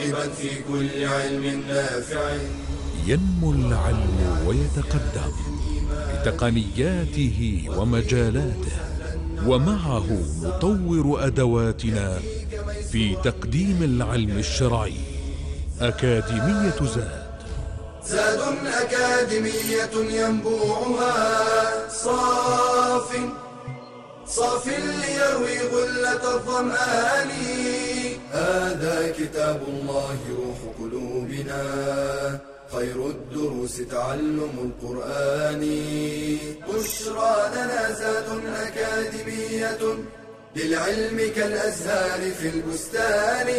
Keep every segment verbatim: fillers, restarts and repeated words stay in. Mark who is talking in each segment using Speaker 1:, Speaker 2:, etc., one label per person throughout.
Speaker 1: راغبا في كل علم نافع.
Speaker 2: ينمو العلم ويتقدم بتقنياته ومجالاته، ومعه نطور أدواتنا في تقديم العلم الشرعي. أكاديمية زاد
Speaker 1: زاد أكاديمية ينبوعها صاف صاف ليروي غلة الظمآن. هذا كتاب الله روح قلوبنا، خير الدروس تعلم القرآن. بشرى لنا زاد أكاديمية للعلم كالأزهار في البستان.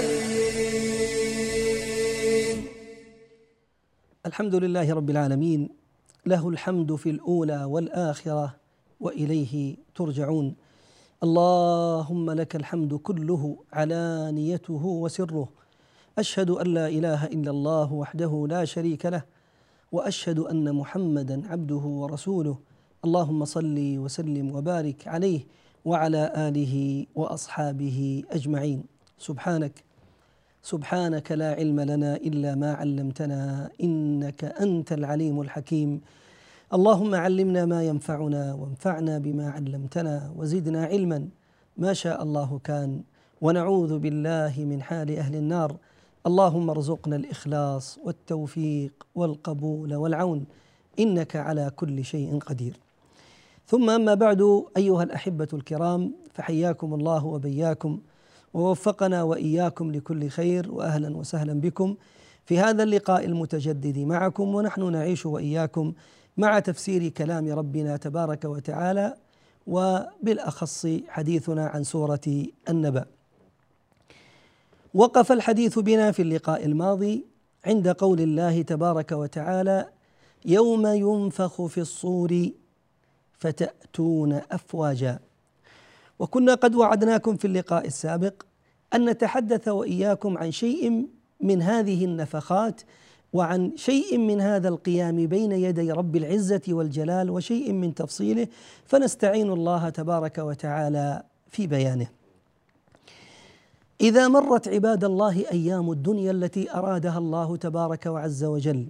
Speaker 3: الحمد لله رب العالمين، له الحمد في الأولى والآخرة وإليه ترجعون. اللهم لك الحمد كله علانيته وسره. أشهد أن لا إله إلا الله وحده لا شريك له، وأشهد أن محمدا عبده ورسوله. اللهم صل وسلم وبارك عليه وعلى آله وأصحابه أجمعين. سبحانك سبحانك لا علم لنا إلا ما علمتنا، إنك أنت العليم الحكيم. اللهم علمنا ما ينفعنا وانفعنا بما علمتنا وزدنا علما. ما شاء الله كان، ونعوذ بالله من حال أهل النار. اللهم ارزقنا الإخلاص والتوفيق والقبول والعون، إنك على كل شيء قدير. ثم أما بعد، أيها الأحبة الكرام، فحياكم الله وبياكم ووفقنا وإياكم لكل خير، وأهلا وسهلا بكم في هذا اللقاء المتجدد معكم، ونحن نعيش وإياكم مع تفسير كلام ربنا تبارك وتعالى، وبالأخص حديثنا عن سورة النبأ. وقف الحديث بنا في اللقاء الماضي عند قول الله تبارك وتعالى: يوم ينفخ في الصور فتأتون أفواجا. وكنا قد وعدناكم في اللقاء السابق أن نتحدث وإياكم عن شيء من هذه النفخات، وعن شيء من هذا القيام بين يدي رب العزة والجلال، وشيء من تفصيله، فنستعين الله تبارك وتعالى في بيانه. إذا مرت عباد الله أيام الدنيا التي أرادها الله تبارك وعز وجل،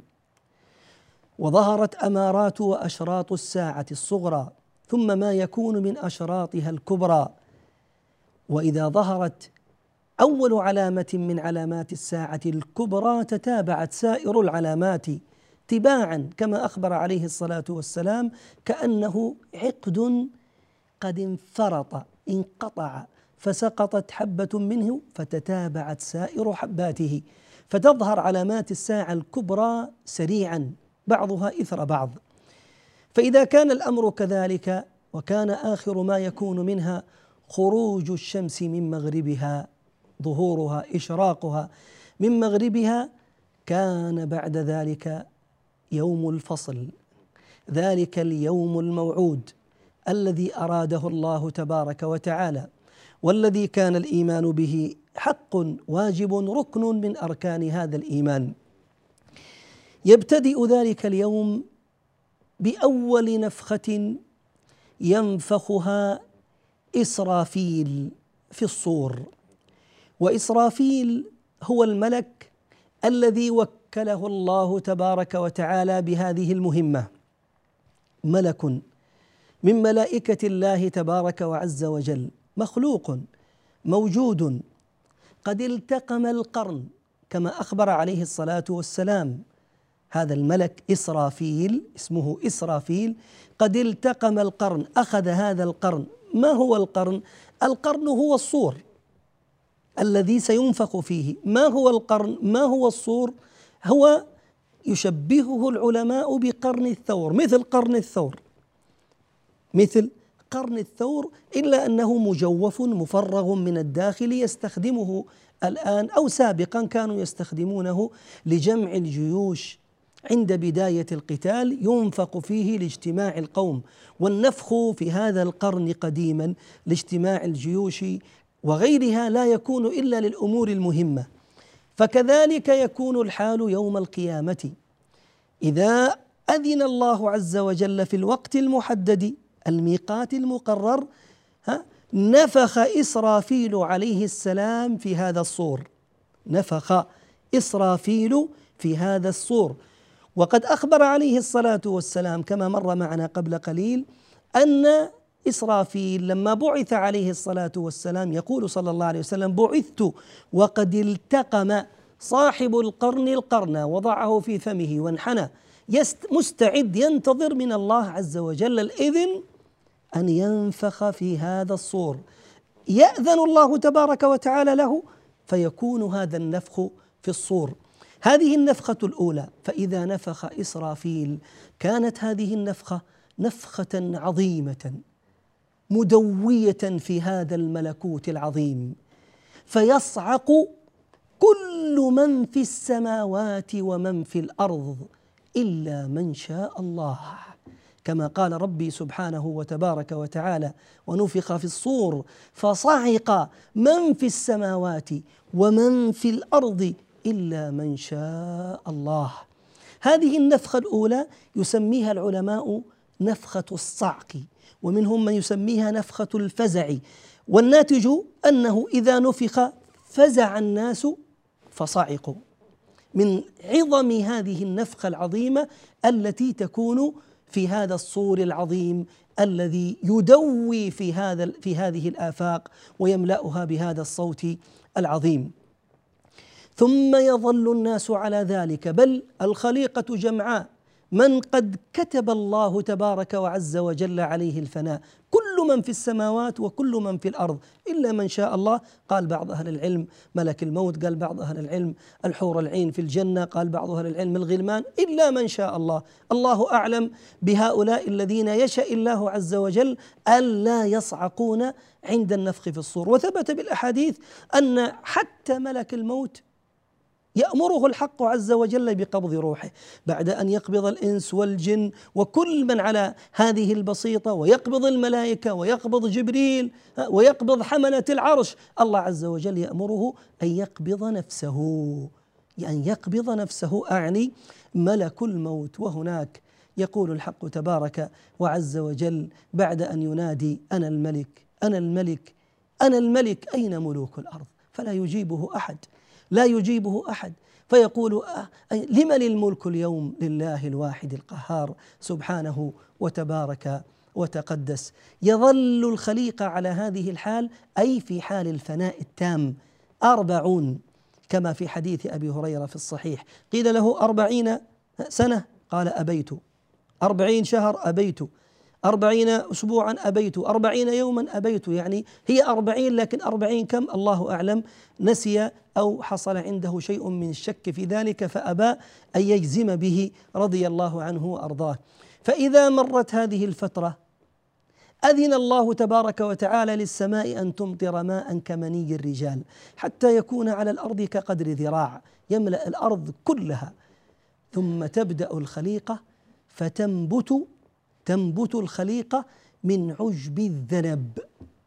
Speaker 3: وظهرت أمارات وأشراط الساعة الصغرى، ثم ما يكون من أشراطها الكبرى، وإذا ظهرت أول علامة من علامات الساعة الكبرى تتابعت سائر العلامات تباعا، كما أخبر عليه الصلاة والسلام: كأنه عقد قد انفرط انقطع فسقطت حبة منه فتتابعت سائر حباته، فتظهر علامات الساعة الكبرى سريعا بعضها إثر بعض. فإذا كان الأمر كذلك، وكان آخر ما يكون منها خروج الشمس من مغربها، ظهورها إشراقها من مغربها، كان بعد ذلك يوم الفصل، ذلك اليوم الموعود الذي أراده الله تبارك وتعالى، والذي كان الإيمان به حق واجب ركن من أركان هذا الإيمان. يبتدئ ذلك اليوم بأول نفخة ينفخها إسرافيل في الصور. وإسرافيل هو الملك الذي وكله الله تبارك وتعالى بهذه المهمة، ملك من ملائكة الله تبارك وعز وجل، مخلوق موجود، قد التقم القرن، كما أخبر عليه الصلاة والسلام. هذا الملك إسرافيل، اسمه إسرافيل، قد التقم القرن، أخذ هذا القرن. ما هو القرن؟ القرن هو الصور الذي سينفخ فيه. ما هو القرن؟ ما هو الصور؟ هو يشبهه العلماء بقرن الثور، مثل قرن الثور، مثل قرن الثور، إلا أنه مجوف مفرغ من الداخل، يستخدمه الآن أو سابقا كانوا يستخدمونه لجمع الجيوش عند بداية القتال، ينفخ فيه لاجتماع القوم. والنفخ في هذا القرن قديما لاجتماع الجيوش وغيرها لا يكون إلا للأمور المهمة. فكذلك يكون الحال يوم القيامة، إذا أذن الله عز وجل في الوقت المحدد، الميقات المقرر، ها نفخ إسرافيل عليه السلام في هذا الصور، نفخ إسرافيل في هذا الصور. وقد أخبر عليه الصلاة والسلام كما مر معنا قبل قليل أن إسرافيل لما بعث عليه الصلاة والسلام يقول صلى الله عليه وسلم: بعثت وقد التقم صاحب القرن القرن، وضعه في فمه وانحنى مستعد ينتظر من الله عز وجل الإذن أن ينفخ في هذا الصور، يأذن الله تبارك وتعالى له فيكون هذا النفخ في الصور. هذه النفخة الأولى، فإذا نفخ إسرافيل كانت هذه النفخة نفخة عظيمة مدوية في هذا الملكوت العظيم، فيصعق كل من في السماوات ومن في الأرض إلا من شاء الله، كما قال ربي سبحانه وتبارك وتعالى: ونفخ في الصور فصعق من في السماوات ومن في الأرض إلا من شاء الله. هذه النفخة الأولى يسميها العلماء نفخة الصعق، ومنهم من يسميها نفخة الفزع، والناتج أنه إذا نفخ فزع الناس فصعقوا من عظم هذه النفخة العظيمة التي تكون في هذا الصور العظيم الذي يدوي في هذا في هذه الآفاق ويملأها بهذا الصوت العظيم. ثم يظل الناس على ذلك، بل الخليقة جمعاء، من قد كتب الله تبارك وعز وجل عليه الفناء، كل من في السماوات وكل من في الأرض إلا من شاء الله. قال بعض أهل العلم ملك الموت، قال بعض أهل العلم الحور العين في الجنة، قال بعض أهل العلم الغلمان، إلا من شاء الله. الله أعلم بهؤلاء الذين يشاء الله عز وجل ألا يصعقون عند النفخ في الصور. وثبت بالأحاديث أن حتى ملك الموت يأمره الحق عز وجل بقبض روحه بعد أن يقبض الإنس والجن وكل من على هذه البسيطة، ويقبض الملائكة ويقبض جبريل ويقبض حملة العرش. الله عز وجل يأمره أن يقبض نفسه، أن يقبض نفسه أعني ملك الموت. وهناك يقول الحق تبارك وعز وجل بعد أن ينادي: أنا الملك أنا الملك أنا الملك أين ملوك الأرض؟ فلا يجيبه أحد، لا يجيبه أحد، فيقول: لمن الملك اليوم؟ لله الواحد القهار سبحانه وتبارك وتقدس. يظل الخليقة على هذه الحال، أي في حال الفناء التام، أربعون، كما في حديث أبي هريرة في الصحيح، قيل له: أربعين سنة؟ قال: أبيت. أربعين شهر؟ أبيت. أربعين أسبوعا؟ أبيت. أربعين يوما؟ أبيت. يعني هي أربعين، لكن أربعين كم؟ الله أعلم، نسي أو حصل عنده شيء من الشك في ذلك فأبى أن يجزم به رضي الله عنه وأرضاه. فإذا مرت هذه الفترة أذن الله تبارك وتعالى للسماء أن تمطر ماء كمني الرجال حتى يكون على الأرض كقدر ذراع، يملأ الأرض كلها. ثم تبدأ الخليقة فتنبت تنبت الخليقة من عشب الذنب،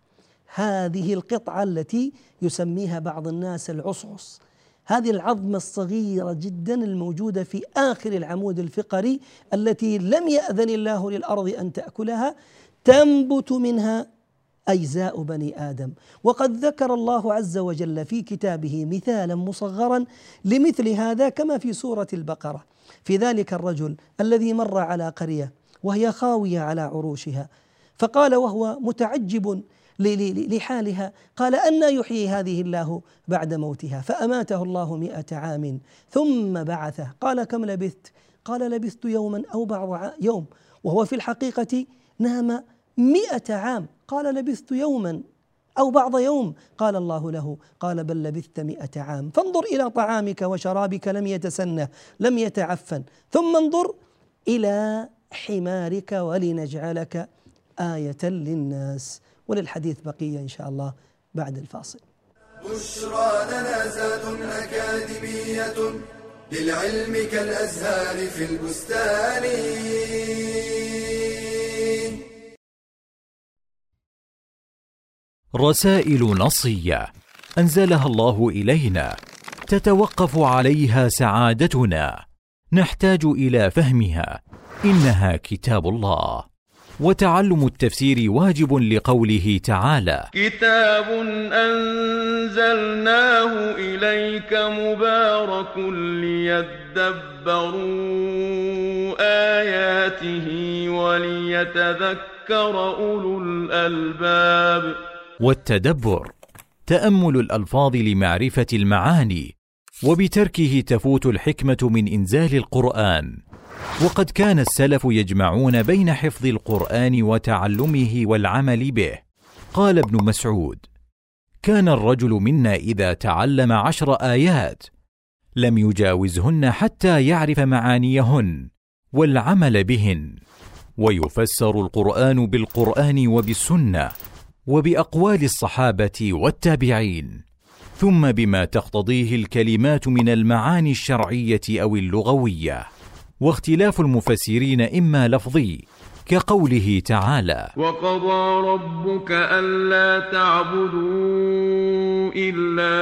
Speaker 3: هذه القطعة التي يسميها بعض الناس العصعص، هذه العظمة الصغيرة جدا الموجودة في آخر العمود الفقري التي لم يأذن الله للأرض أن تأكلها، تنبت منها أجزاء بني آدم. وقد ذكر الله عز وجل في كتابه مثالا مصغرا لمثل هذا كما في سورة البقرة، في ذلك الرجل الذي مر على قرية وهي خاوية على عروشها، فقال وهو متعجب لحالها، قال: أنى يحيي هذه الله بعد موتها؟ فأماته الله مئة عام ثم بعثه. قال: كم لبثت؟ قال: لبثت يوما أو بعض يوم، وهو في الحقيقة نام مئة عام. قال: لبثت يوما أو بعض يوم. قال الله له: قال: بل لبثت مئة عام، فانظر إلى طعامك وشرابك لم يتسنه لم يتعفن، ثم انظر إلى حمارك ولنجعلك آية للناس. وللحديث بقية إن شاء الله بعد الفاصل.
Speaker 1: بشرى لنا زاد أكاديمية للعلم كالأزهار في البستان.
Speaker 4: رسائل نصية أنزلها الله إلينا تتوقف عليها سعادتنا، نحتاج إلى فهمها، إنها كتاب الله. وتعلم التفسير واجب لقوله تعالى:
Speaker 5: كتاب أنزلناه إليك مبارك ليدبروا آياته وليتذكر أولو الألباب.
Speaker 4: والتدبر تأمل الألفاظ لمعرفة المعاني، وبتركه تفوت الحكمة من إنزال القرآن. وقد كان السلف يجمعون بين حفظ القرآن وتعلمه والعمل به. قال ابن مسعود: كان الرجل منا إذا تعلم عشر آيات لم يجاوزهن حتى يعرف معانيهن والعمل بهن. ويفسر القرآن بالقرآن وبالسنة وبأقوال الصحابة والتابعين، ثم بما تقتضيه الكلمات من المعاني الشرعية أو اللغوية. واختلاف المفسرين إما لفظي كقوله تعالى:
Speaker 5: وقضى ربك ألا تعبدوا إلا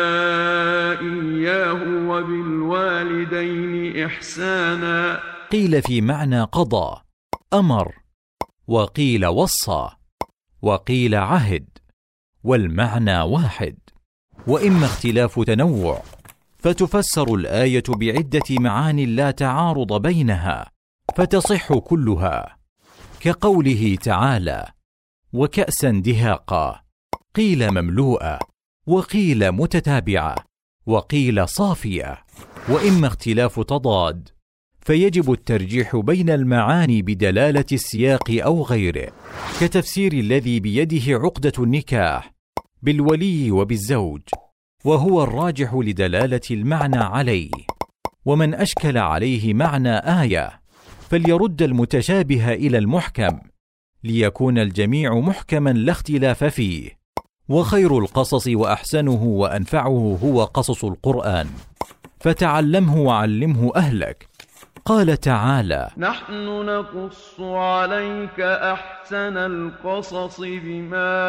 Speaker 5: إياه وبالوالدين إحسانا،
Speaker 4: قيل في معنى قضى أمر، وقيل وصى، وقيل عهد، والمعنى واحد. وإما اختلاف تنوع، فتفسر الآية بعدة معان لا تعارض بينها فتصح كلها، كقوله تعالى: وكأسا دهاقا، قيل مملوءة، وقيل متتابعة، وقيل صافية. وإما اختلاف تضاد، فيجب الترجيح بين المعاني بدلالة السياق أو غيره، كتفسير الذي بيده عقدة النكاح بالولي وبالزوج، وهو الراجح لدلالة المعنى عليه. ومن أشكل عليه معنى آية فليرد المتشابه إلى المحكم، ليكون الجميع محكما لا اختلاف فيه. وخير القصص وأحسنه وأنفعه هو قصص القرآن، فتعلمه وعلمه أهلك. قال تعالى:
Speaker 5: نحن نقص عليك أحسن القصص بما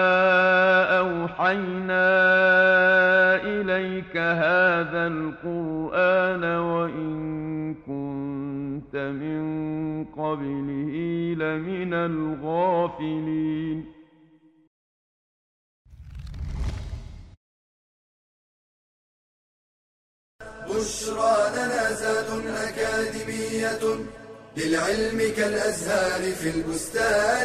Speaker 5: أوحينا إليك هذا القرآن وإن كنت من قبله لمن الغافلين.
Speaker 1: بشرى لنا زاد أكاديمية للعلم كالأزهار في البستان.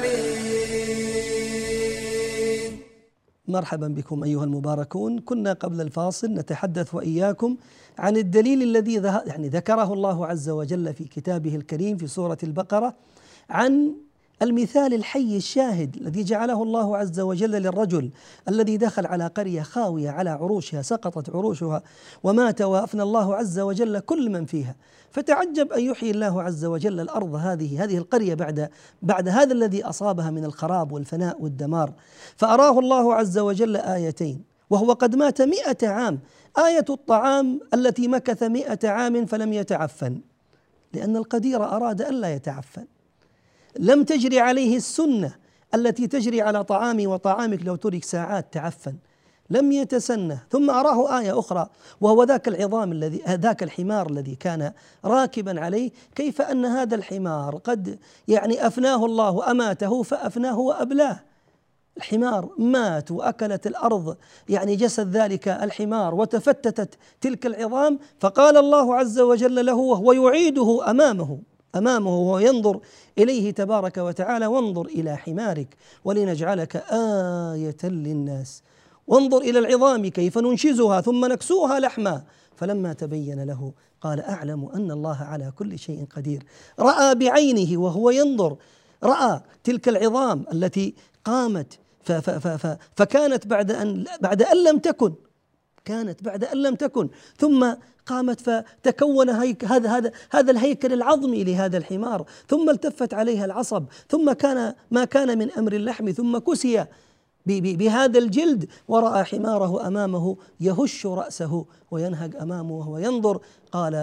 Speaker 3: مرحبا بكم أيها المباركون. كنا قبل الفاصل نتحدث وإياكم عن الدليل الذي يعني ذكره الله عز وجل في كتابه الكريم في سورة البقرة، عن المثال الحي الشاهد الذي جعله الله عز وجل للرجل الذي دخل على قرية خاوية على عروشها، سقطت عروشها ومات وأفنى الله عز وجل كل من فيها، فتعجب أن يحيي الله عز وجل الأرض هذه هذه القرية بعد بعد هذا الذي أصابها من الخراب والفناء والدمار، فأراه الله عز وجل آيتين وهو قد مات مئة عام. آية الطعام التي مكث مئة عام فلم يتعفن، لأن القدير أراد ألا يتعفن. لم تجري عليه السنة التي تجري على طعامي وطعامك لو ترك ساعات تعفن، لم يتسنه. ثم أراه آية أخرى وهو ذاك العظام الذي ذاك الحمار الذي كان راكبا عليه، كيف أن هذا الحمار قد يعني أفناه الله، أماته فأفناه وأبلاه. الحمار مات وأكلت الأرض يعني جسد ذلك الحمار وتفتتت تلك العظام، فقال الله عز وجل له وهو يعيده أمامه أمامه وهو ينظر إليه تبارك وتعالى: وانظر إلى حمارك ولنجعلك آية للناس، وانظر إلى العظام كيف ننشزها ثم نكسوها لحما. فلما تبين له قال: أعلم أن الله على كل شيء قدير. رأى بعينه وهو ينظر، رأى تلك العظام التي قامت ف ف ف فكانت بعد أن بعد أن لم تكن كانت بعد أن لم تكن ثم قامت فتكون هيك هذا هذا هذا الهيكل العظمي لهذا الحمار، ثم التفت عليها العصب، ثم كان ما كان من أمر اللحم، ثم كسي بهذا الجلد، ورأى حماره أمامه يهش رأسه وينهج أمامه وهو ينظر. قال: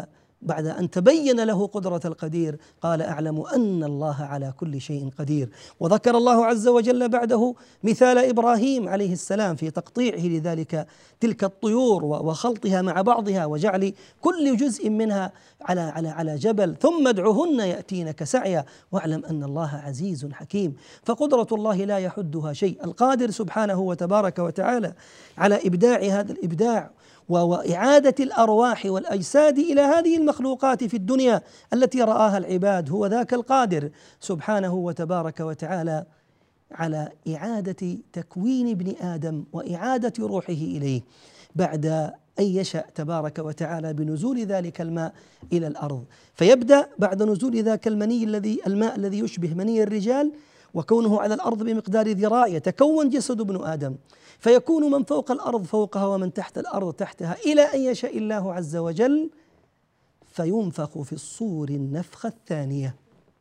Speaker 3: بعد أن تبين له قدرة القدير قال أعلم أن الله على كل شيء قدير. وذكر الله عز وجل بعده مثال إبراهيم عليه السلام في تقطيعه لذلك تلك الطيور وخلطها مع بعضها وجعل كل جزء منها على على على جبل ثم ادعهن يأتينك سعيا واعلم أن الله عزيز حكيم. فقدرة الله لا يحدها شيء، القادر سبحانه وتبارك وتعالى على إبداع هذا الإبداع وإعادة الأرواح والأجساد إلى هذه المخلوقات في الدنيا التي رآها العباد، هو ذاك القادر سبحانه وتبارك وتعالى على إعادة تكوين ابن آدم وإعادة روحه إليه بعد أن يشأ تبارك وتعالى بنزول ذلك الماء إلى الأرض. فيبدأ بعد نزول ذاك المني الذي الماء الذي يشبه مني الرجال وكونه على الأرض بمقدار ذراع يتكون جسد ابن آدم، فيكون من فوق الأرض فوقها ومن تحت الأرض تحتها إلى أن يشاء الله عز وجل فينفخ في الصور النفخة الثانية.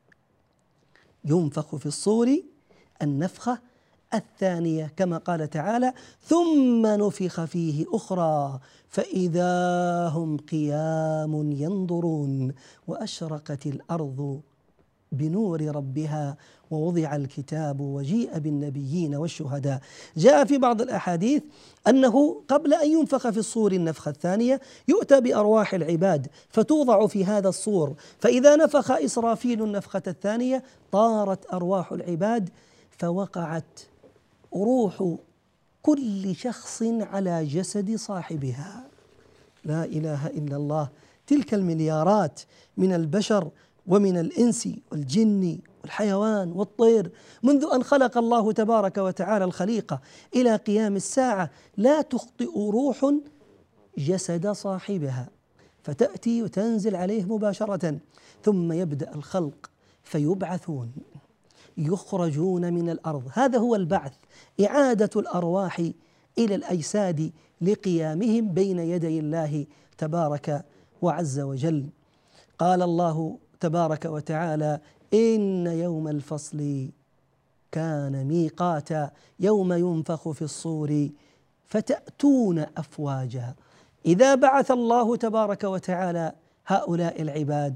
Speaker 3: ينفخ في الصور النفخة الثانية كما قال تعالى ثم نفخ فيه أخرى فإذا هم قيام ينظرون وأشرقت الأرض بنور ربها ووضع الكتاب وجيء بالنبيين والشهداء. جاء في بعض الأحاديث أنه قبل أن ينفخ في الصور النفخة الثانية يؤتى بأرواح العباد فتوضع في هذا الصور، فإذا نفخ إسرافيل النفخة الثانية طارت أرواح العباد فوقعت روح كل شخص على جسد صاحبها. لا إله إلا الله. تلك المليارات من البشر ومن الإنس والجن والحيوان والطير منذ أن خلق الله تبارك وتعالى الخليقة إلى قيام الساعة لا تخطئ روح جسد صاحبها، فتأتي وتنزل عليه مباشرة ثم يبدأ الخلق فيبعثون يخرجون من الأرض. هذا هو البعث، إعادة الأرواح إلى الأجساد لقيامهم بين يدي الله تبارك وعز وجل. قال الله تبارك وتعالى إن يوم الفصل كان ميقاتا يوم ينفخ في الصور فتأتون أفواجا. إذا بعث الله تبارك وتعالى هؤلاء العباد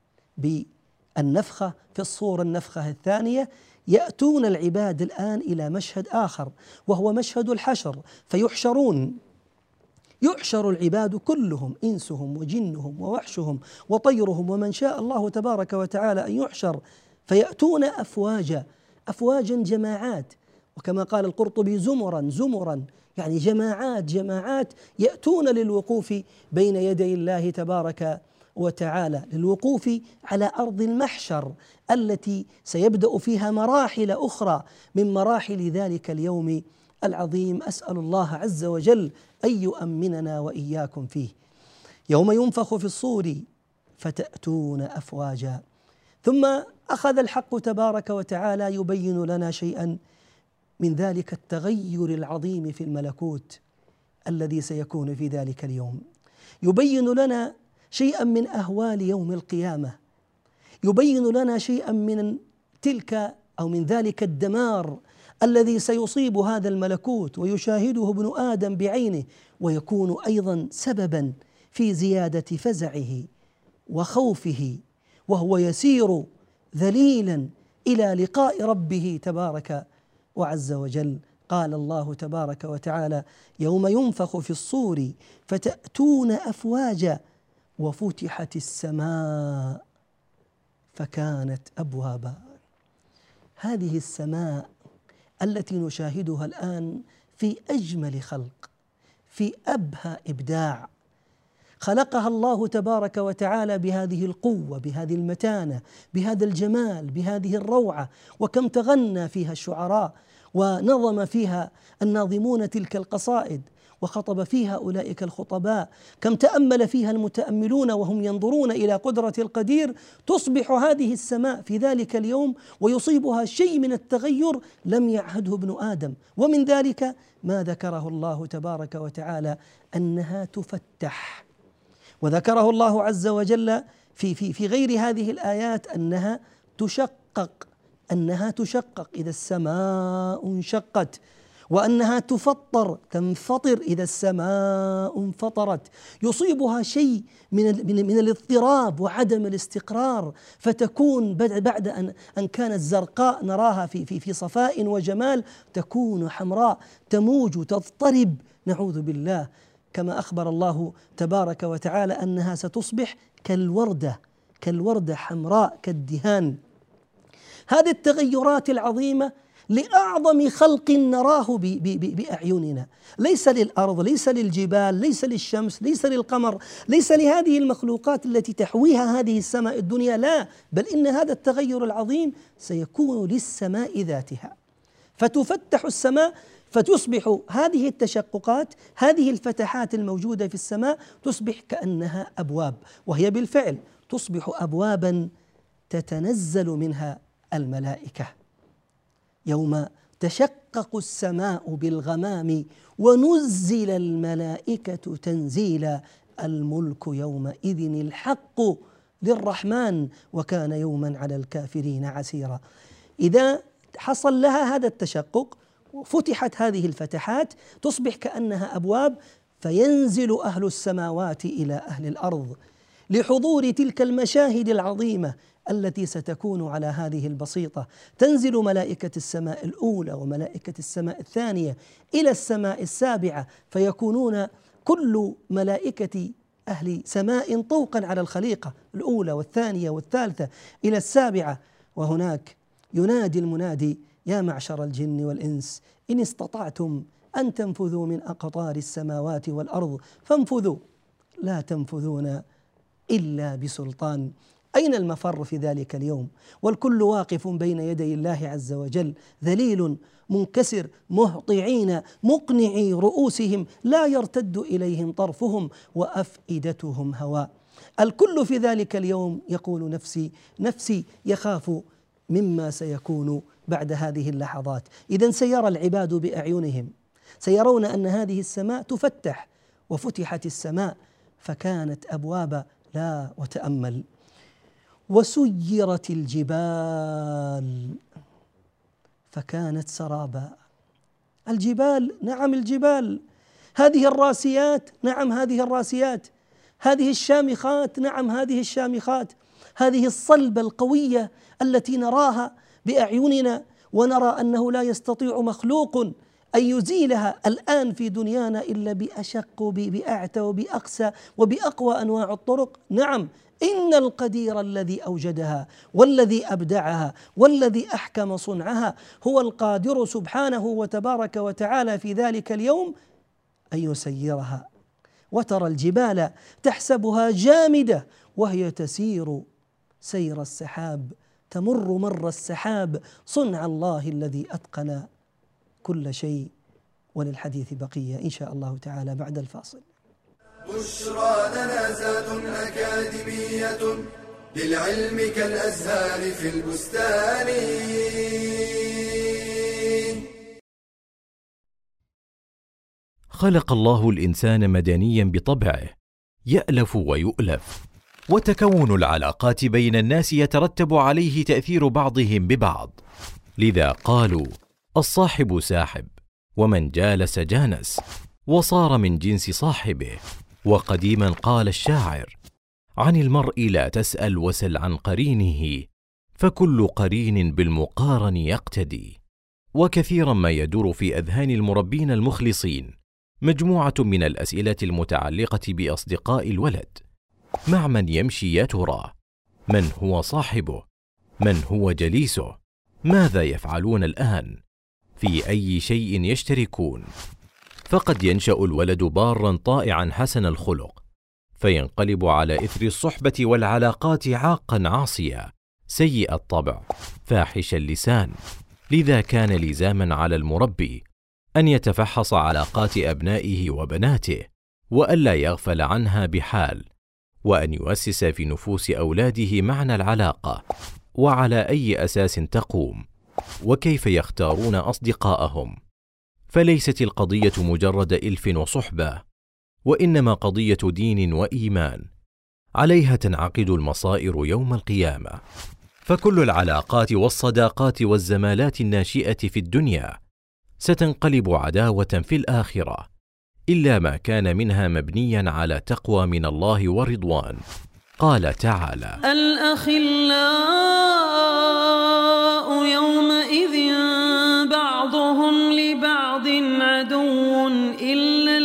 Speaker 3: بالنفخة في الصور النفخة الثانية يأتون العباد الآن إلى مشهد آخر وهو مشهد الحشر، فيحشرون يحشر العباد كلهم إنسهم وجنهم ووحشهم وطيرهم ومن شاء الله تبارك وتعالى أن يحشر فيأتون أفواجا أفواجا جماعات، وكما قال القرطبي زمرا زمرا يعني جماعات جماعات يأتون للوقوف بين يدي الله تبارك وتعالى، للوقوف على أرض المحشر التي سيبدأ فيها مراحل أخرى من مراحل ذلك اليوم العظيم. أسأل الله عز وجل أن يؤمننا وإياكم فيه. يوم ينفخ في الصور فتأتون أفواجا. ثم أخذ الحق تبارك وتعالى يبين لنا شيئا من ذلك التغير العظيم في الملكوت الذي سيكون في ذلك اليوم، يبين لنا شيئا من أهوال يوم القيامة، يبين لنا شيئا من تلك أو من ذلك الدمار الذي سيصيب هذا الملكوت ويشاهده ابن آدم بعينه، ويكون أيضا سببا في زيادة فزعه وخوفه وهو يسير ذليلا إلى لقاء ربه تبارك وعز وجل. قال الله تبارك وتعالى يوم ينفخ في الصور فتأتون أفواجا وفتحت السماء فكانت أبوابا. هذه السماء التي نشاهدها الآن في أجمل خلق، في أبهى إبداع، خلقها الله تبارك وتعالى بهذه القوة، بهذه المتانة، بهذا الجمال، بهذه الروعة. وكم تغنى فيها الشعراء ونظم فيها الناظمون تلك القصائد وخطب فيها أولئك الخطباء، كم تأمل فيها المتأملون وهم ينظرون إلى قدرة القدير. تصبح هذه السماء في ذلك اليوم ويصيبها شيء من التغير لم يعهده ابن آدم، ومن ذلك ما ذكره الله تبارك وتعالى أنها تفتح، وذكره الله عز وجل في في في غير هذه الآيات أنها تشقق، أنها تشقق إذا السماء انشقت. وأنها تفطر تنفطر إذا السماء انفطرت، يصيبها شيء من من من الاضطراب وعدم الاستقرار، فتكون بعد أن أن كانت زرقاء نراها في في في صفاء وجمال، تكون حمراء تموج تضطرب، نعوذ بالله. كما أخبر الله تبارك وتعالى أنها ستصبح كالوردة كالوردة حمراء كالدهان. هذه التغيرات العظيمة لأعظم خلق نراه بأعيننا، ليس للأرض، ليس للجبال، ليس للشمس، ليس للقمر، ليس لهذه المخلوقات التي تحويها هذه السماء الدنيا، لا، بل إن هذا التغير العظيم سيكون للسماء ذاتها، فتفتح السماء فتصبح هذه التشققات، هذه الفتحات الموجودة في السماء تصبح كأنها أبواب، وهي بالفعل تصبح أبوابا تتنزل منها الملائكة. يوم تشقق السماء بالغمام ونزل الملائكة تنزيلا، الملك يومئذ الحق للرحمن وكان يوما على الكافرين عسيرا. إذا حصل لها هذا التشقق وفتحت هذه الفتحات تصبح كأنها أبواب، فينزل أهل السماوات إلى أهل الأرض لحضور تلك المشاهد العظيمة التي ستكون على هذه البسيطة. تنزل ملائكة السماء الأولى وملائكة السماء الثانية إلى السماء السابعة، فيكونون كل ملائكة أهل سماء طوقا على الخليقة الأولى والثانية والثالثة إلى السابعة، وهناك ينادي المنادي: يا معشر الجن والإنس إن استطعتم أن تنفذوا من أقطار السماوات والأرض فانفذوا لا تنفذون إلا بسلطان. أين المفر في ذلك اليوم؟ والكل واقف بين يدي الله عز وجل ذليل منكسر مهطعين مقنعي رؤوسهم لا يرتد إليهم طرفهم وأفئدتهم هواء. الكل في ذلك اليوم يقول نفسي نفسي، يخاف مما سيكون بعد هذه اللحظات. إذن سيرى العباد بأعينهم، سيرون أن هذه السماء تفتح، وفتحت السماء فكانت أبواب. لا، وتأمل: وسيرت الجبال فكانت سرابا. الجبال، نعم الجبال، هذه الراسيات، نعم هذه الراسيات، هذه الشامخات، نعم هذه الشامخات، هذه الصلبة القوية التي نراها بأعيننا ونرى أنه لا يستطيع مخلوق أن يزيلها الآن في دنيانا إلا بأشق وبأعتى وبأقسى وبأقوى أنواع الطرق. نعم، إن القدير الذي أوجدها والذي أبدعها والذي أحكم صنعها هو القادر سبحانه وتبارك وتعالى في ذلك اليوم أن يسيرها. وترى الجبال تحسبها جامدة وهي تسير سير السحاب، تمر مر السحاب، صنع الله الذي أتقن كل شيء. وللحديث بقية إن شاء الله تعالى بعد الفاصل.
Speaker 1: بشرى لنا زاد أكاديمية للعلم كالأزهار في البستان.
Speaker 4: خلق الله الإنسان مدنيا بطبعه، يألف ويؤلف، وتكون العلاقات بين الناس يترتب عليه تأثير بعضهم ببعض. لذا قالوا: الصاحب ساحب، ومن جالس جانس، وصار من جنس صاحبه. وقديما قال الشاعر: عن المرء لا تسأل وسل عن قرينه، فكل قرين بالمقارن يقتدي. وكثيرا ما يدور في أذهان المربين المخلصين مجموعة من الأسئلة المتعلقة بأصدقاء الولد: مع من يمشي يا ترى؟ من هو صاحبه؟ من هو جليسه؟ ماذا يفعلون الآن؟ في أي شيء يشتركون؟ فقد ينشأ الولد بارا طائعا حسن الخلق، فينقلب على إثر الصحبة والعلاقات عاقا عاصيا سيء الطبع فاحش اللسان. لذا كان لزاما على المربي أن يتفحص علاقات أبنائه وبناته، وألا يغفل عنها بحال، وأن يؤسس في نفوس أولاده معنى العلاقة، وعلى أي أساس تقوم، وكيف يختارون أصدقاءهم. فليست القضية مجرد إلف وصحبة، وإنما قضية دين وإيمان، عليها تنعقد المصائر يوم القيامة. فكل العلاقات والصداقات والزمالات الناشئة في الدنيا ستنقلب عداوة في الآخرة، إلا ما كان منها مبنيا على تقوى من الله ورضوان. قال تعالى:
Speaker 6: الأخلاء يومئذ بعضهم لبعض عدو إلا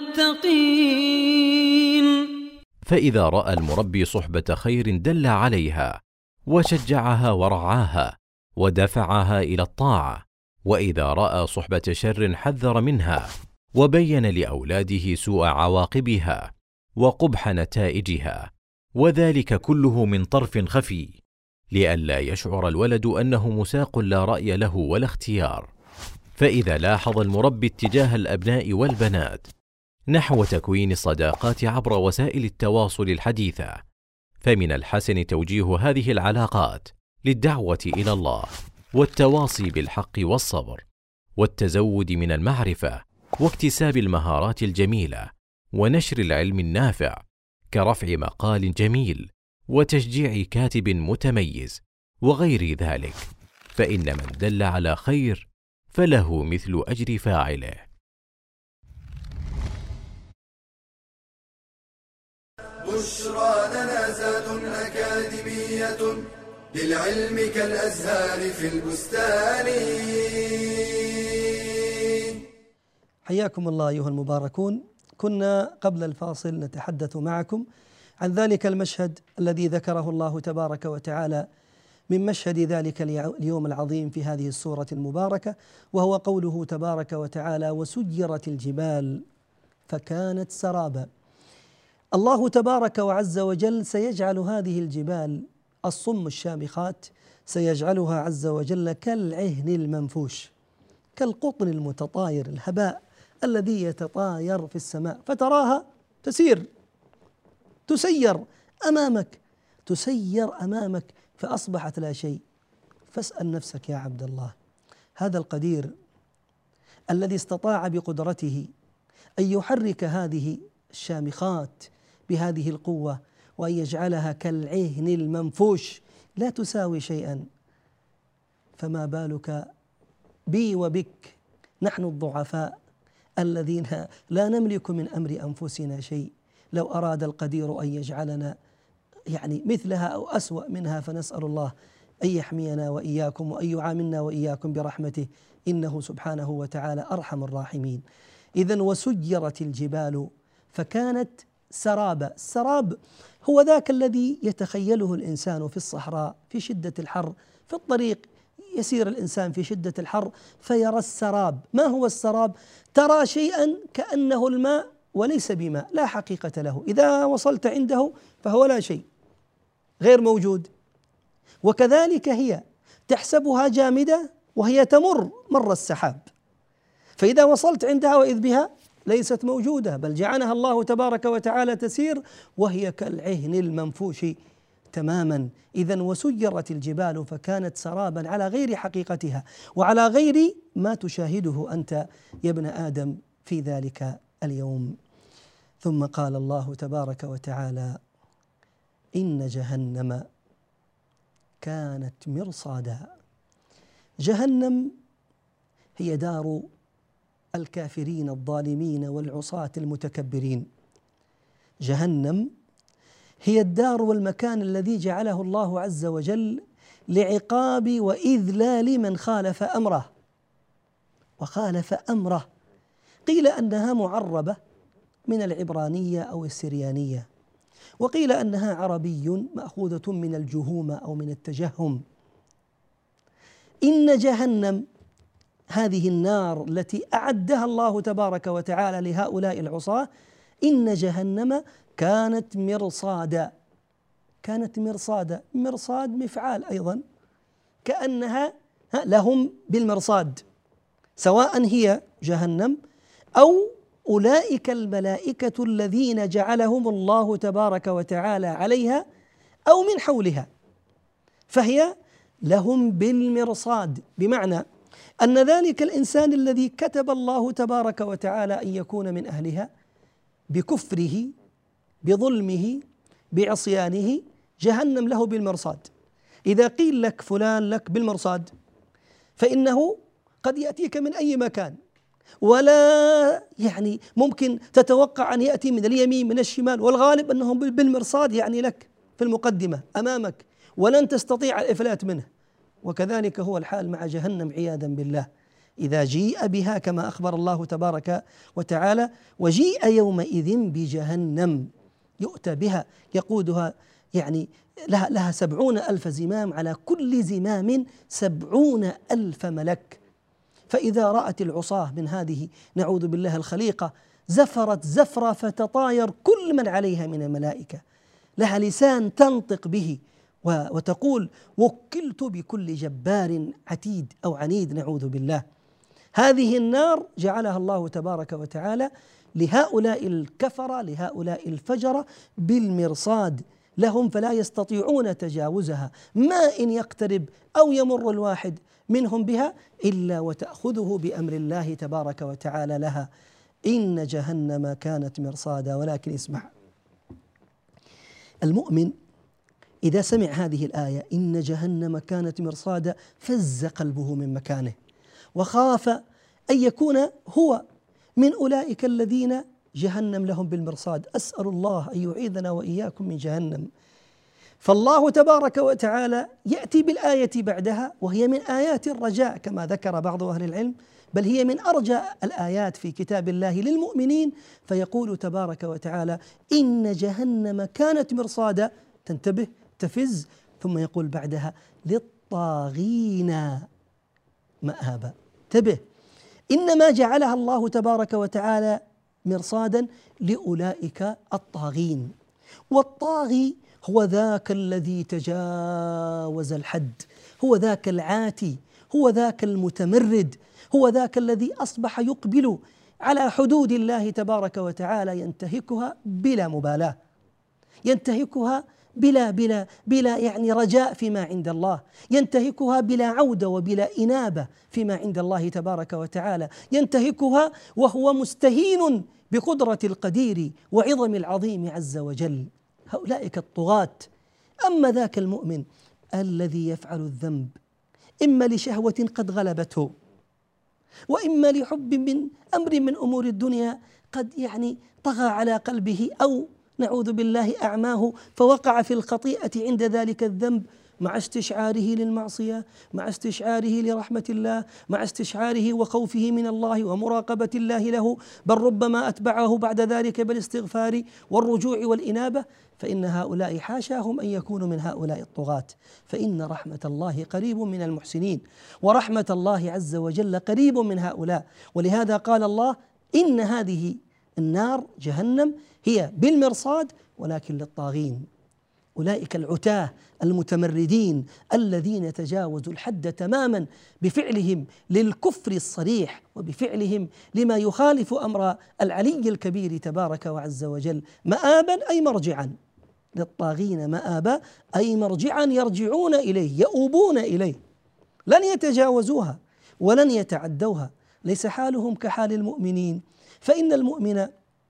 Speaker 6: المتقين.
Speaker 4: فإذا رأى المربي صحبة خير دل عليها وشجعها ورعاها ودفعها إلى الطاعة، وإذا رأى صحبة شر حذر منها وبين لأولاده سوء عواقبها وقبح نتائجها، وذلك كله من طرف خفي لئلا يشعر الولد أنه مساق لا رأي له ولا اختيار. فإذا لاحظ المربي اتجاه الأبناء والبنات نحو تكوين الصداقات عبر وسائل التواصل الحديثة، فمن الحسن توجيه هذه العلاقات للدعوة إلى الله والتواصي بالحق والصبر والتزود من المعرفة واكتساب المهارات الجميلة ونشر العلم النافع كرفع مقال جميل وتشجيع كاتب متميز وغير ذلك، فإن من دل على خير فله مثل أجر فاعله.
Speaker 1: بشرى لنا زاد أكاديمية للعلم كالأزهار في البستان.
Speaker 3: حياكم الله أيها المباركون. كنا قبل الفاصل نتحدث معكم عن ذلك المشهد الذي ذكره الله تبارك وتعالى من مشهد ذلك اليوم العظيم في هذه السورة المباركة، وهو قوله تبارك وتعالى: وسيرت الجبال فكانت سرابا. الله تبارك وعز وجل سيجعل هذه الجبال الصم الشامخات سيجعلها عز وجل كالعهن المنفوش، كالقطن المتطاير، الهباء الذي يتطاير في السماء، فتراها تسير تسير أمامك تسير أمامك فأصبحت لا شيء. فاسأل نفسك يا عبد الله، هذا القدير الذي استطاع بقدرته أن يحرك هذه الشامخات بهذه القوة وأن يجعلها كالعهن المنفوش لا تساوي شيئا، فما بالك بي وبك نحن الضعفاء الذين لا نملك من أمر أنفسنا شيء، لو أراد القدير أن يجعلنا يعني مثلها أو أسوأ منها، فنسأل الله أن يحمينا وإياكم وأن يعاملنا وإياكم برحمته، إنه سبحانه وتعالى أرحم الراحمين. إذن وسيرت الجبال فكانت سرابا. السراب هو ذاك الذي يتخيله الإنسان في الصحراء في شدة الحر، في الطريق يسير الإنسان في شدة الحر فيرى السراب. ما هو السراب؟ ترى شيئا كأنه الماء وليس بماء، لا حقيقة له، إذا وصلت عنده فهو لا شيء، غير موجود. وكذلك هي تحسبها جامدة وهي تمر مر السحاب، فإذا وصلت عندها وإذ بها ليست موجودة، بل جعلها الله تبارك وتعالى تسير وهي كالعهن المنفوش تماما. إذن وسيرت الجبال فكانت سرابا على غير حقيقتها وعلى غير ما تشاهده أنت يا ابن آدم في ذلك اليوم. ثم قال الله تبارك وتعالى: إن جهنم كانت مرصادا. جهنم هي دار الكافرين الظالمين والعصاة المتكبرين. جهنم هي الدار والمكان الذي جعله الله عز وجل لعقاب وإذلال من خالف أمره وخالف أمره. قيل أنها معربة من العبرانية أو السريانية، وقيل أنها عربي مأخوذة من الجهومة أو من التجهم. إن جهنم هذه النار التي أعدها الله تبارك وتعالى لهؤلاء العصاة، إن جهنم كانت مرصادا. كانت مرصادا، مرصاد مفعال أيضا، كأنها لهم بالمرصاد، سواء هي جهنم أو أولئك الملائكة الذين جعلهم الله تبارك وتعالى عليها أو من حولها، فهي لهم بالمرصاد، بمعنى أن ذلك الإنسان الذي كتب الله تبارك وتعالى أن يكون من أهلها بكفره بظلمه بعصيانه، جهنم له بالمرصاد. إذا قيل لك فلان لك بالمرصاد فإنه قد يأتيك من أي مكان، ولا يعني ممكن تتوقع أن يأتي من اليمين من الشمال، والغالب أنهم بالمرصاد يعني لك في المقدمة أمامك، ولن تستطيع الإفلات منه. وكذلك هو الحال مع جهنم عياذا بالله، إذا جيء بها كما أخبر الله تبارك وتعالى: وجيء يومئذ بجهنم يؤتى بها يقودها، يعني لها, لها سبعون ألف زمام، على كل زمام سبعون ألف ملك. فإذا رأت العصاة من هذه نعوذ بالله الخليقة زفرت زفرة فتطاير كل من عليها من الملائكة، لها لسان تنطق به وتقول: وكلت بكل جبار عتيد أو عنيد، نعوذ بالله. هذه النار جعلها الله تبارك وتعالى لهؤلاء الكفرة، لهؤلاء الفجرة، بالمرصاد لهم، فلا يستطيعون تجاوزها، ما إن يقترب أو يمر الواحد منهم بها إلا وتأخذه بأمر الله تبارك وتعالى لها. إن جهنم كانت مرصادا. ولكن اسمع، المؤمن إذا سمع هذه الآية إن جهنم كانت مرصادا فز قلبه من مكانه، وخاف أن يكون هو من أولئك الذين جهنم لهم بالمرصاد. أسأل الله أن يعيذنا وإياكم من جهنم. فالله تبارك وتعالى يأتي بالآية بعدها، وهي من آيات الرجاء كما ذكر بعض أهل العلم، بل هي من أرجى الآيات في كتاب الله للمؤمنين، فيقول تبارك وتعالى: إن جهنم كانت مرصادا، تنتبه تفز، ثم يقول بعدها: للطاغين مآبا. انتبه، إنما جعلها الله تبارك وتعالى مرصادا لأولئك الطاغين. والطاغي هو ذاك الذي تجاوز الحد، هو ذاك العاتي، هو ذاك المتمرد، هو ذاك الذي أصبح يقبل على حدود الله تبارك وتعالى ينتهكها بلا مبالاة، ينتهكها بلا بلا بلا يعني رجاء فيما عند الله، ينتهكها بلا عودة وبلا إنابة فيما عند الله تبارك وتعالى، ينتهكها وهو مستهين بقدرة القدير وعظم العظيم عز وجل. هؤلاء الطغاة. أما ذاك المؤمن الذي يفعل الذنب إما لشهوة قد غلبته، وإما لحب من أمر من أمور الدنيا قد يعني طغى على قلبه، أو نعوذ بالله أعماه فوقع في الخطيئة عند ذلك الذنب، مع استشعاره للمعصية، مع استشعاره لرحمة الله، مع استشعاره وخوفه من الله ومراقبة الله له، بل ربما أتبعه بعد ذلك بالاستغفار والرجوع والإنابة. فإن هؤلاء حاشاهم أن يكونوا من هؤلاء الطغاة، فإن رحمة الله قريب من المحسنين، ورحمة الله عز وجل قريب من هؤلاء. ولهذا قال الله: إن هذه النار جهنم هي بالمرصاد ولكن للطاغين، أولئك العتاة المتمردين الذين تجاوزوا الحد تماما بفعلهم للكفر الصريح، وبفعلهم لما يخالف أمر العلي الكبير تبارك وعز وجل. مآبا أي مرجعا، للطاغين مآبا أي مرجعا يرجعون إليه، يؤوبون إليه، لن يتجاوزوها ولن يتعدوها. ليس حالهم كحال المؤمنين، فإن المؤمن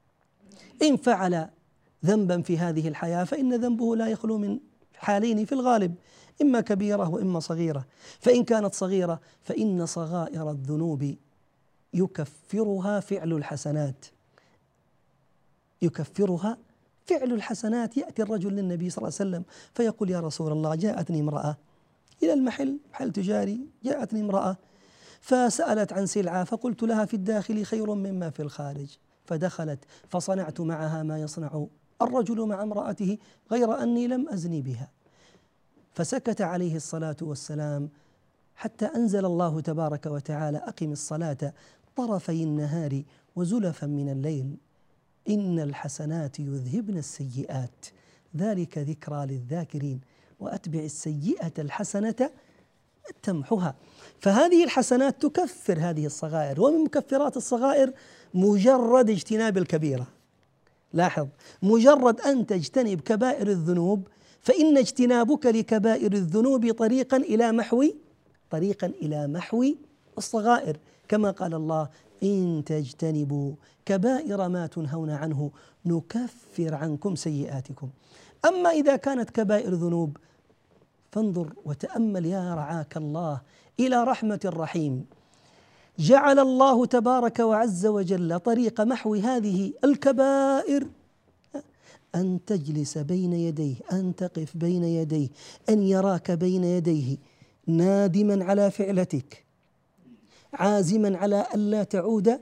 Speaker 3: إن فعل ذنبا في هذه الحياة فإن ذنبه لا يخلو من حالين في الغالب، إما كبيرة وإما صغيرة. فإن كانت صغيرة فإن صغائر الذنوب يكفرها فعل الحسنات، يكفرها فعل الحسنات. يأتي الرجل للنبي صلى الله عليه وسلم فيقول: يا رسول الله، جاءتني امرأة إلى المحل، محل تجاري، جاءتني امرأة فسألت عن سلعة، فقلت لها: في الداخل خير مما في الخارج. فدخلت فصنعت معها ما يصنع الرجل مع امرأته، غير أني لم أزني بها. فسكت عليه الصلاة والسلام حتى أنزل الله تبارك وتعالى: أقم الصلاة طرفي النهار وزلفا من الليل إن الحسنات يذهبن السيئات ذلك ذكرى للذاكرين وأتبع السيئة الحسنة تمحها. فهذه الحسنات تكفر هذه الصغائر، ومن مكفرات الصغائر مجرد اجتناب الكبيرة. لاحظ، مجرد أن تجتنب كبائر الذنوب فإن اجتنابك لكبائر الذنوب طريقا إلى محو طريقا إلى محو الصغائر، كما قال الله: إن تجتنبوا كبائر ما تنهون عنه نكفر عنكم سيئاتكم. أما إذا كانت كبائر ذنوب فانظر وتأمل يا رعاك الله إلى رحمة الرحيم، جعل الله تبارك وعز وجل طريق محو هذه الكبائر أن تجلس بين يديه، أن تقف بين يديه، أن يراك بين يديه نادما على فعلتك، عازما على ألا تعود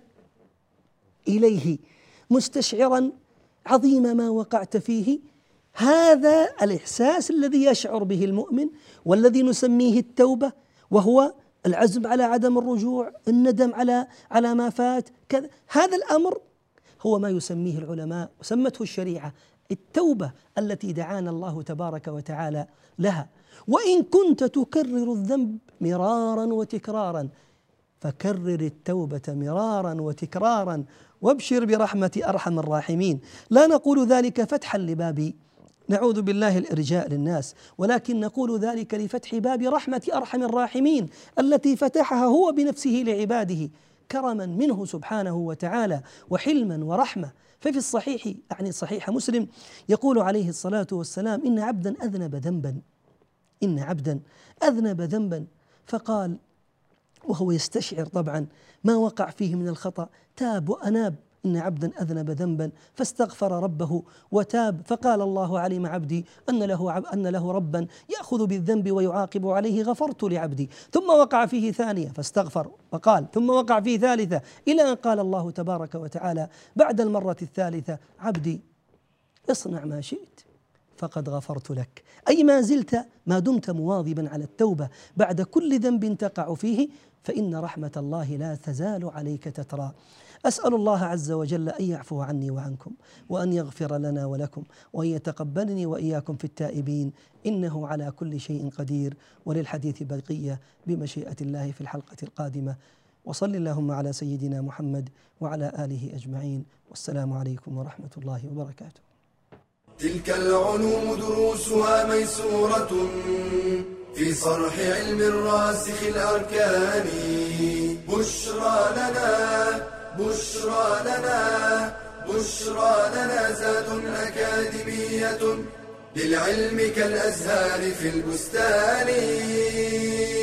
Speaker 3: إليه، مستشعرا عظيم ما وقعت فيه. هذا الإحساس الذي يشعر به المؤمن والذي نسميه التوبة، وهو العزم على عدم الرجوع، الندم على على ما فات كذا. هذا الأمر هو ما يسميه العلماء وسمته الشريعة التوبة التي دعانا الله تبارك وتعالى لها. وإن كنت تكرر الذنب مرارا وتكرارا فكرر التوبة مرارا وتكرارا وابشر برحمة أرحم الراحمين. لا نقول ذلك فتحا لباب نعوذ بالله الإرجاء للناس، ولكن نقول ذلك لفتح باب رحمة أرحم الراحمين التي فتحها هو بنفسه لعباده كرما منه سبحانه وتعالى وحلما ورحمة. ففي الصحيح يعني صحيح مسلم يقول عليه الصلاة والسلام: إن عبدا أذنب ذنبا إن عبدا أذنب ذنبا فقال، وهو يستشعر طبعا ما وقع فيه من الخطأ، تاب وأناب. إن عبدا أذنب ذنبا فاستغفر ربه وتاب فقال: الله علم عبدي أن له عب أن له ربا يأخذ بالذنب ويعاقب عليه، غفرت لعبدي. ثم وقع فيه ثانية فاستغفر وقال، ثم وقع فيه ثالثة، إلى أن قال الله تبارك وتعالى بعد المرة الثالثة: عبدي اصنع ما شئت فقد غفرت لك. أي ما زلت ما دمت مواظبا على التوبة بعد كل ذنب تقع فيه، فإن رحمة الله لا تزال عليك تترى. أسأل الله عز وجل أن يعفو عني وعنكم، وأن يغفر لنا ولكم، وأن يتقبلني وإياكم في التائبين، إنه على كل شيء قدير. وللحديث بقية بمشيئة الله في الحلقة القادمة. وصل اللهم على سيدنا محمد وعلى آله أجمعين، والسلام عليكم ورحمة الله وبركاته.
Speaker 1: تلك العلوم دروسها ميسورة في صرح علم الراسخ الأركان. بشرى لنا بشرى لنا بشرى لنا زاد أكاديمية للعلم كالأزهار في البستان.